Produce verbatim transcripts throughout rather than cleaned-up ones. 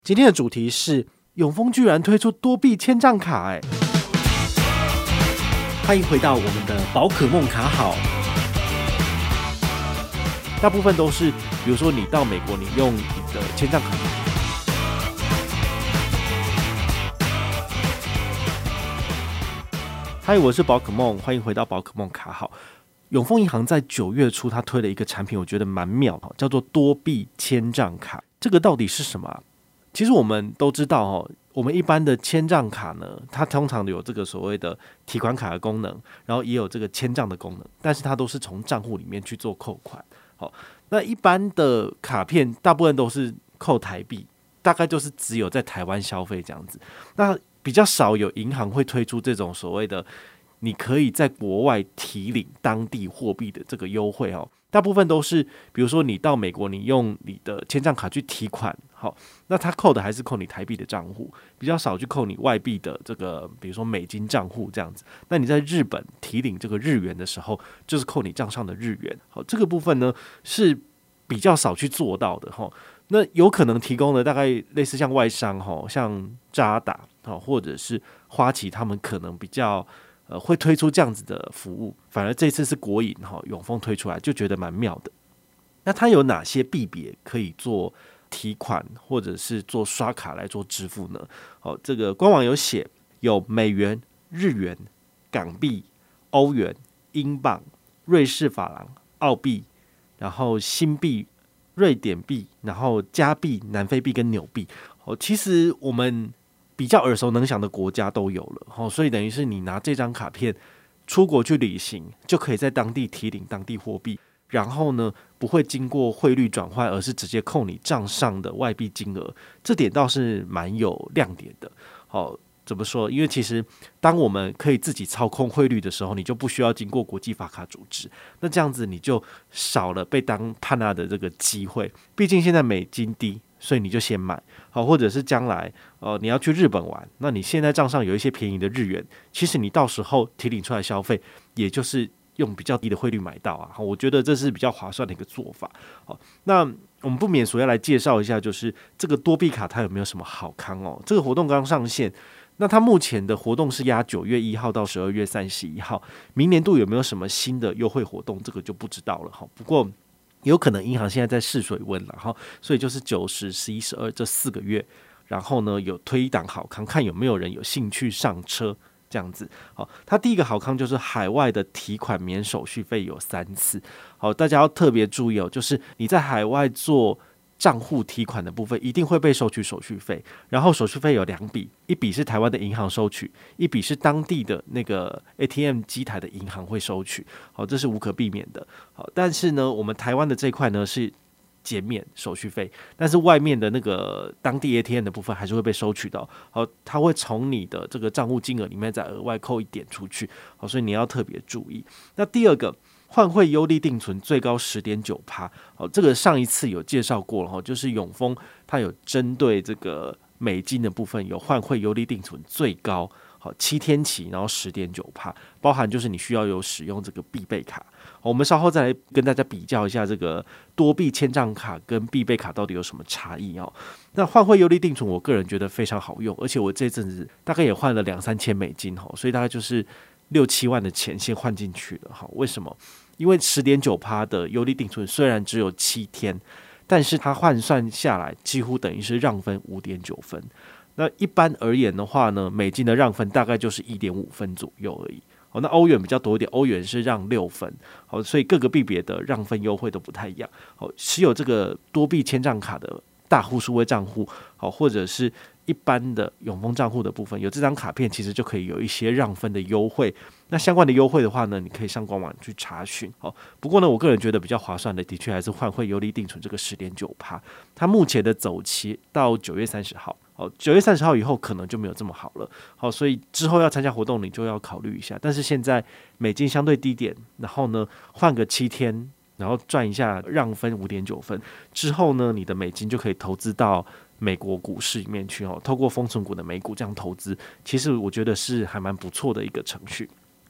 今天的主题是永丰居然推出多币千账卡，哎，欢迎回到我们的宝可梦卡好。大部分都是，比如说你到美国，你用你的千账卡。嗨，我是宝可梦，欢迎回到宝可梦卡好。永丰银行在九月初，它推了一个产品，我觉得蛮妙，叫做多币千账卡。这个到底是什么啊？其实我们都知道哦，我们一般的千账卡呢，它通常有这个所谓的提款卡的功能，然后也有这个千账的功能，但是它都是从账户里面去做扣款。好，那一般的卡片大部分都是扣台币，大概就是只有在台湾消费这样子。那比较少有银行会推出这种所谓的你可以在国外提领当地货币的这个优惠哦。大部分都是，比如说你到美国，你用你的千账卡去提款，好，那他扣的还是扣你台币的账户，比较少去扣你外币的这个，比如说美金账户这样子。那你在日本提领这个日元的时候，就是扣你账上的日元。好，这个部分呢是比较少去做到的哈。那有可能提供的大概类似像外商哈，像渣打或者是花旗，他们可能比较。呃，会推出这样子的服务，反而这次是国银哈永丰推出来，就觉得蛮妙的。那它有哪些币别可以做提款或者是做刷卡来做支付呢？哦，这个官网有写，有美元、日元、港币、欧元、英镑、瑞士法郎、澳币，然后新币、瑞典币，然后加币、南非币跟纽币。哦，其实我们比较耳熟能详的国家都有了，所以等于是你拿这张卡片出国去旅行，就可以在当地提领当地货币，然后呢不会经过汇率转换，而是直接扣你账上的外币金额，这点倒是蛮有亮点的。好，怎么说？因为其实当我们可以自己操控汇率的时候，你就不需要经过国际发卡组织，那这样子你就少了被当潘娜的这个机会。毕竟现在美金低，所以你就先买好，或者是将来呃你要去日本玩，那你现在账上有一些便宜的日元，其实你到时候提领出来消费，也就是用比较低的汇率买到啊，我觉得这是比较划算的一个做法。好，那我们不免俗要来介绍一下，就是这个多币卡它有没有什么好康哦？这个活动刚上线，那它目前的活动是压九月一号到十二月三十一号，明年度有没有什么新的优惠活动，这个就不知道了。不过有可能银行现在在试水温了，所以就是九、十、十一、十二这四个月，然后呢有推一档好康，看有没有人有兴趣上车这样子。好，它第一个好康就是海外的提款免手续费有三次。好，大家要特别注意哦，就是你在海外做账户提款的部分一定会被收取手续费，然后手续费有两笔，一笔是台湾的银行收取，一笔是当地的那个 A T M 机台的银行会收取。好，这是无可避免的。好，但是呢，我们台湾的这一块呢是减免手续费，但是外面的那个当地 A T M 的部分还是会被收取到。好，它会从你的这个账户金额里面再额外扣一点出去。好，所以你要特别注意。那第二个，换汇优利定存最高 百分之十点九。 好，这个上一次有介绍过了，就是永丰它有针对这个美金的部分有换汇优利定存最高好七天期，然后 百分之十点九， 包含就是你需要有使用这个必备卡。好，我们稍后再来跟大家比较一下这个多币千账卡跟必备卡到底有什么差异哦。那换汇优利定存我个人觉得非常好用，而且我这阵子大概也换了两三千美金，所以大概就是六七万的钱先换进去了。好，为什么？因为 百分之十点九 的优利定存虽然只有七天，但是它换算下来几乎等于是让分 五点九 分。那一般而言的话呢，美金的让分大概就是 一点五 分左右而已。好，那欧元比较多一点，欧元是让六分。好，所以各个币别的让分优惠都不太一样。好，持有这个多币千账卡的大户数位账户，好，或者是一般的永丰账户的部分，有这张卡片其实就可以有一些让分的优惠。那相关的优惠的话呢，你可以上官网去查询。好，不过呢，我个人觉得比较划算的，的确还是换汇优利定存这个 百分之十点九。它目前的走期到九月三十号。好，九月三十号以后可能就没有这么好了。好，所以之后要参加活动，你就要考虑一下。但是现在美金相对低点，然后呢换个七天，然后赚一下让分 五点九 分之后呢，你的美金就可以投资到美国股市里面去。透过封存股的美股这样投资，其实我觉得是还蛮不错的一个程序。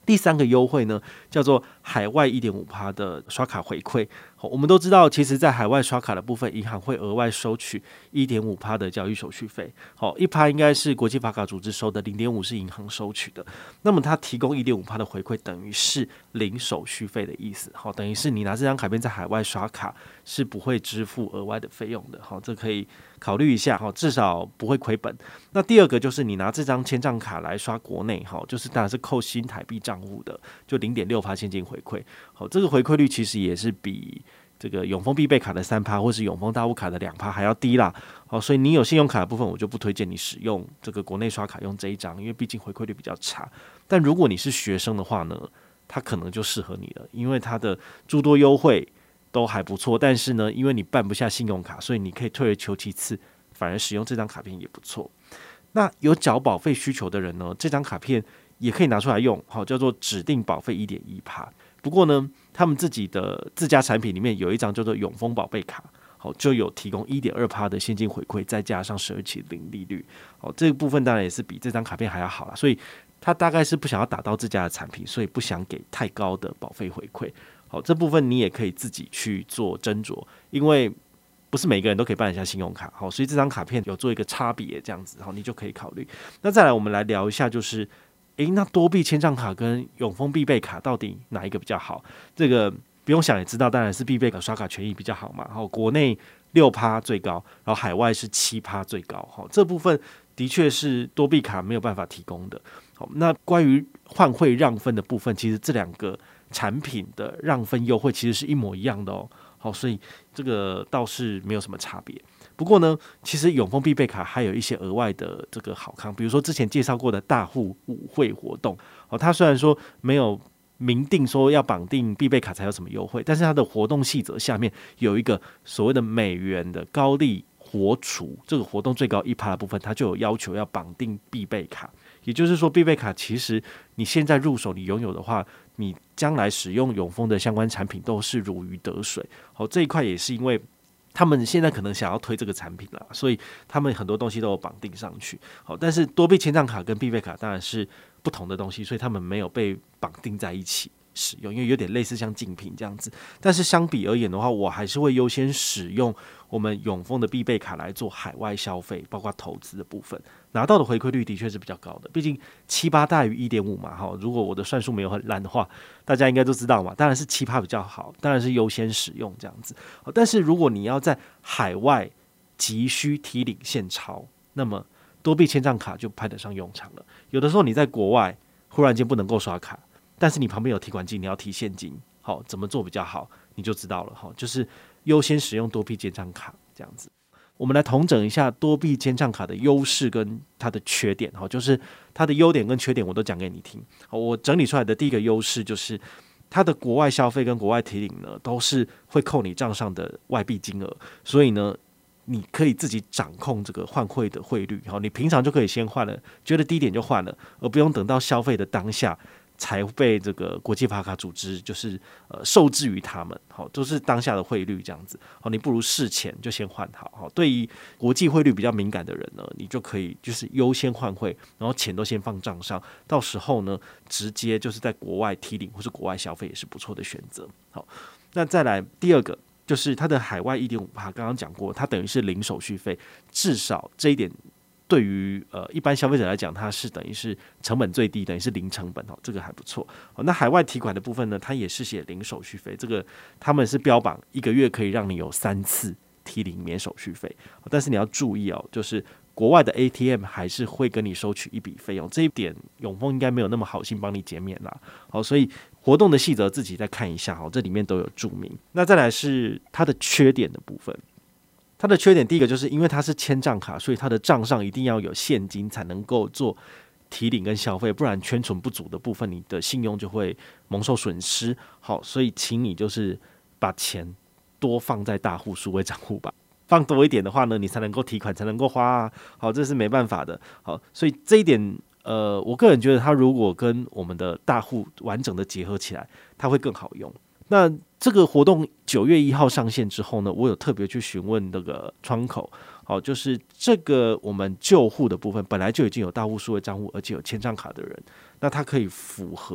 第三个优惠呢，叫做海外 百分之一点五 的刷卡回馈。我们都知道，其实在海外刷卡的部分，银行会额外收取 百分之一点五 的交易手续费。好，一趴应该是国际发卡组织收的， 零点五 是银行收取的。那么它提供 百分之一点五 的回馈，等于是零手续费的意思。好，等于是你拿这张卡片在海外刷卡是不会支付额外的费用的。好，这可以考虑一下，至少不会亏本。那第二个就是你拿这张千账卡来刷国内，就是当然是扣新台币账户的，就 零点六 现金回馈。好，这个回馈率其实也是比这个永丰必备卡的 百分之三 或是永丰大户卡的 百分之二 还要低啦。好，所以你有信用卡的部分，我就不推荐你使用这个国内刷卡用这一张，因为毕竟回馈率比较差。但如果你是学生的话呢，它可能就适合你了，因为它的诸多优惠都还不错。但是呢，因为你办不下信用卡，所以你可以退而求其次，反而使用这张卡片也不错。那有缴保费需求的人呢，这张卡片也可以拿出来用，好，叫做指定保费 百分之一点一。不过呢，他们自己的自家产品里面有一张叫做永丰宝贝卡，好，就有提供 百分之一点二 的现金回馈，再加上十二期零利率。好，这个部分当然也是比这张卡片还要好啦，所以他大概是不想要打到自家的产品，所以不想给太高的保费回馈。好，这部分你也可以自己去做斟酌，因为不是每个人都可以办一下信用卡。好，所以这张卡片有做一个差别，这样子，好，你就可以考虑。那再来，我们来聊一下，就是诶，那多币千账卡跟永丰必备卡到底哪一个比较好？这个不用想也知道，当然是必备卡刷卡权益比较好嘛。好，国内 百分之六 最高，然后海外是 百分之七 最高。好，这部分的确是多币卡没有办法提供的。好，那关于换汇让分的部分，其实这两个产品的让分优惠其实是一模一样的哦。好，所以这个倒是没有什么差别。不过呢，其实永丰必备卡还有一些额外的这个好康，比如说之前介绍过的大户舞会活动。哦，它虽然说没有明定说要绑定必备卡才有什么优惠，但是它的活动细则下面有一个所谓的美元的高利活储，这个活动最高 百分之一 的部分，它就有要求要绑定必备卡。也就是说，必备卡其实你现在入手你拥有的话，你将来使用永丰的相关产品都是如鱼得水。好，这一块也是因为他们现在可能想要推这个产品啦，所以他们很多东西都有绑定上去。好，但是多币千账卡跟必备卡当然是不同的东西，所以他们没有被绑定在一起使用，因为有点类似像竞品这样子。但是相比而言的话，我还是会优先使用我们永丰的必备卡来做海外消费，包括投资的部分，拿到的回馈率的确是比较高的。毕竟七八大于 一点五 嘛，哈，如果我的算术没有很烂的话，大家应该都知道嘛。当然是七八比较好，当然是优先使用这样子。但是如果你要在海外急需提领现钞，那么多币千账卡就派得上用场了。有的时候你在国外忽然间不能够刷卡，但是你旁边有提款机，你要提现金，好，怎么做比较好，你就知道了。好，就是优先使用多币千账卡这样子。我们来统整一下多币千账卡的优势跟它的缺点，就是它的优点跟缺点我都讲给你听。我整理出来的第一个优势就是它的国外消费跟国外提领呢，都是会扣你账上的外币金额，所以呢你可以自己掌控这个换汇的汇率，你平常就可以先换了，觉得低点就换了，而不用等到消费的当下才被这个国际发卡组织就是呃受制于他们，好，都是当下的汇率这样子，好，你不如事前就先换好，好，对于国际汇率比较敏感的人呢，你就可以就是优先换汇，然后钱都先放账上，到时候呢直接就是在国外提领或是国外消费也是不错的选择。好，那再来第二个就是它的海外 百分之一点五， 刚刚讲过，它等于是零手续费，至少这一点对于呃一般消费者来讲，它是等于是成本最低，等于是零成本，这个还不错。那海外提款的部分呢，它也是写零手续费，这个他们是标榜一个月可以让你有三次提领免手续费，但是你要注意哦，就是国外的 A T M 还是会跟你收取一笔费用，这一点永丰应该没有那么好心帮你减免啦。好，所以活动的细则自己再看一下，好，这里面都有注明。那再来是它的缺点的部分。它的缺点第一个就是因为它是千账卡，所以它的账上一定要有现金才能够做提领跟消费，不然圈存不足的部分，你的信用就会蒙受损失。好，所以请你就是把钱多放在大户数位账户吧，放多一点的话呢，你才能够提款，才能够花啊。好，这是没办法的。好，所以这一点，呃，我个人觉得它如果跟我们的大户完整的结合起来，它会更好用。那这个活动九月一号上线之后呢，我有特别去询问那个窗口，好，就是这个我们旧户的部分本来就已经有大户数位账户，而且有千账卡的人，那他可以符合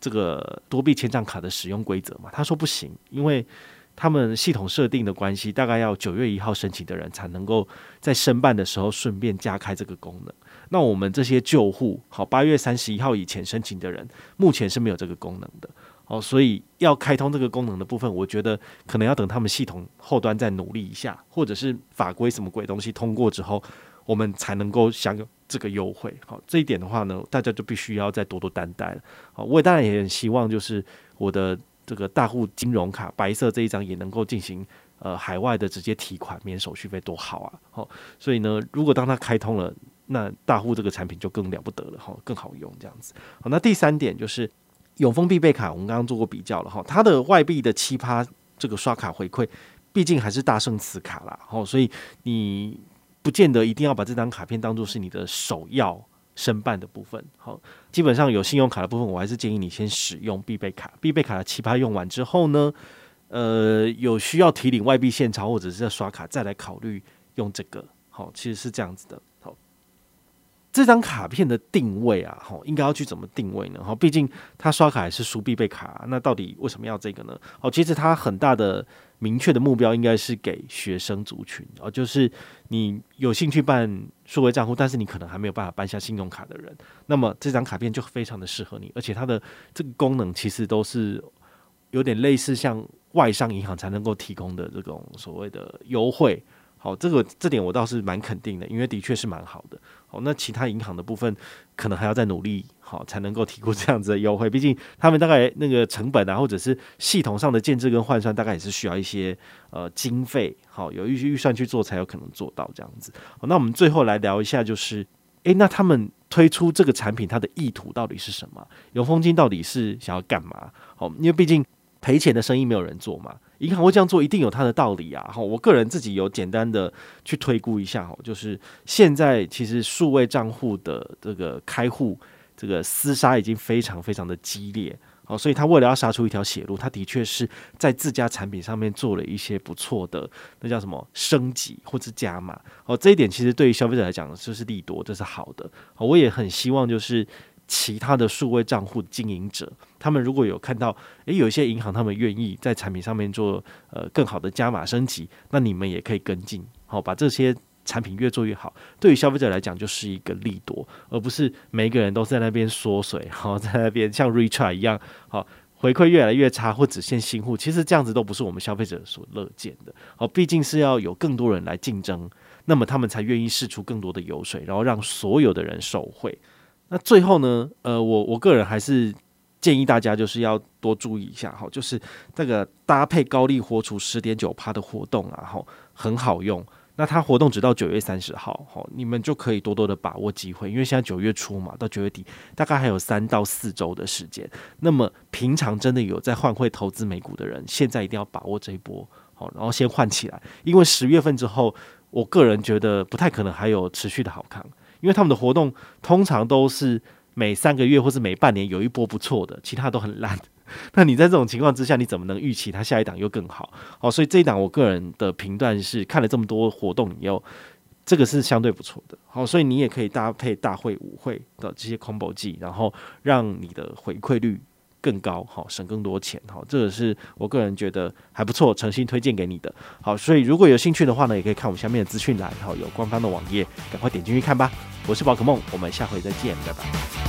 这个多币千账卡的使用规则嘛？他说不行，因为他们系统设定的关系，大概要九月一号申请的人才能够在申办的时候顺便加开这个功能。那我们这些旧户，好，八月三十一号以前申请的人，目前是没有这个功能的。哦，所以要开通这个功能的部分，我觉得可能要等他们系统后端再努力一下，或者是法规什么鬼东西通过之后，我们才能够享有这个优惠。好，这一点的话呢，大家就必须要再多多担待了。好，我也当然也很希望，就是我的这个大户金融卡白色这一张也能够进行呃海外的直接提款免手续费，多好啊！好，所以呢，如果当它开通了，那大户这个产品就更了不得了，哈，更好用这样子。好，那第三点就是永丰必备卡，我们刚刚做过比较了哈，它的外币的七趴这个刷卡回馈，毕竟还是大胜此卡啦，哈，所以你不见得一定要把这张卡片当作是你的首要申办的部分。好，基本上有信用卡的部分，我还是建议你先使用必备卡。必备卡的七趴用完之后呢，呃，有需要提领外币现钞或者是要刷卡，再来考虑用这个。好，其实是这样子的。好，这张卡片的定位啊，好，应该要去怎么定位呢？好，毕竟它刷卡也是输必备卡，那到底为什么要这个呢？好，其实它很大的明确的目标应该是给学生族群，哦，就是你有兴趣办数位账户，但是你可能还没有办法办下信用卡的人，那么这张卡片就非常的适合你，而且它的这个功能其实都是有点类似像外商银行才能够提供的这种所谓的优惠。好，这个这点我倒是蛮肯定的，因为的确是蛮好的。好，那其他银行的部分可能还要再努力，好才能够提供这样子的优惠。毕竟他们大概那个成本啊，或者是系统上的建制跟换算，大概也是需要一些呃经费，好有一些预算去做才有可能做到这样子。好，那我们最后来聊一下，就是诶，那他们推出这个产品，它的意图到底是什么？永丰金到底是想要干嘛？好，因为毕竟赔钱的生意没有人做嘛。银行会这样做，一定有它的道理啊！我个人自己有简单的去推估一下，就是现在其实数位账户的这个开户，这个厮杀已经非常非常的激烈，好，所以他为了要杀出一条血路，他的确是在自家产品上面做了一些不错的，那叫什么升级或是加码。好，这一点其实对于消费者来讲就是利多，这是好的。好，我也很希望就是其他的数位账户经营者，他们如果有看到，诶，有一些银行他们愿意在产品上面做呃更好的加码升级，那你们也可以跟进，好，把这些产品越做越好。对于消费者来讲，就是一个利多，而不是每一个人都在那边缩水，好，在那边像 Richard 一样，好，回馈越来越差或只限新户，其实这样子都不是我们消费者所乐见的。好，毕竟是要有更多人来竞争，那么他们才愿意释出更多的油水，然后让所有的人受惠。那最后呢，呃，我我个人还是建议大家就是要多注意一下，哈，就是这个搭配高利活储 百分之十点九 的活动啊，哈，很好用。那它活动只到九月三十号，哈，你们就可以多多的把握机会，因为现在九月初嘛，到九月底大概还有三到四周的时间。那么平常真的有在换汇投资美股的人，现在一定要把握这一波，好，然后先换起来，因为十月份之后，我个人觉得不太可能还有持续的好康。因为他们的活动通常都是每三个月或是每半年有一波不错的，其他都很烂。那你在这种情况之下，你怎么能预期它下一档又更好？好，所以这一档我个人的评断是，看了这么多活动以后，这个是相对不错的。好，所以你也可以搭配大会、舞会的这些 combo 技，然后让你的回馈率更高，好，省更多钱，好，这个是我个人觉得还不错，诚心推荐给你的。好，所以如果有兴趣的话呢，也可以看我们下面的资讯栏，好，有官方的网页，赶快点进去看吧。我是宝可梦，我们下回再见，拜拜。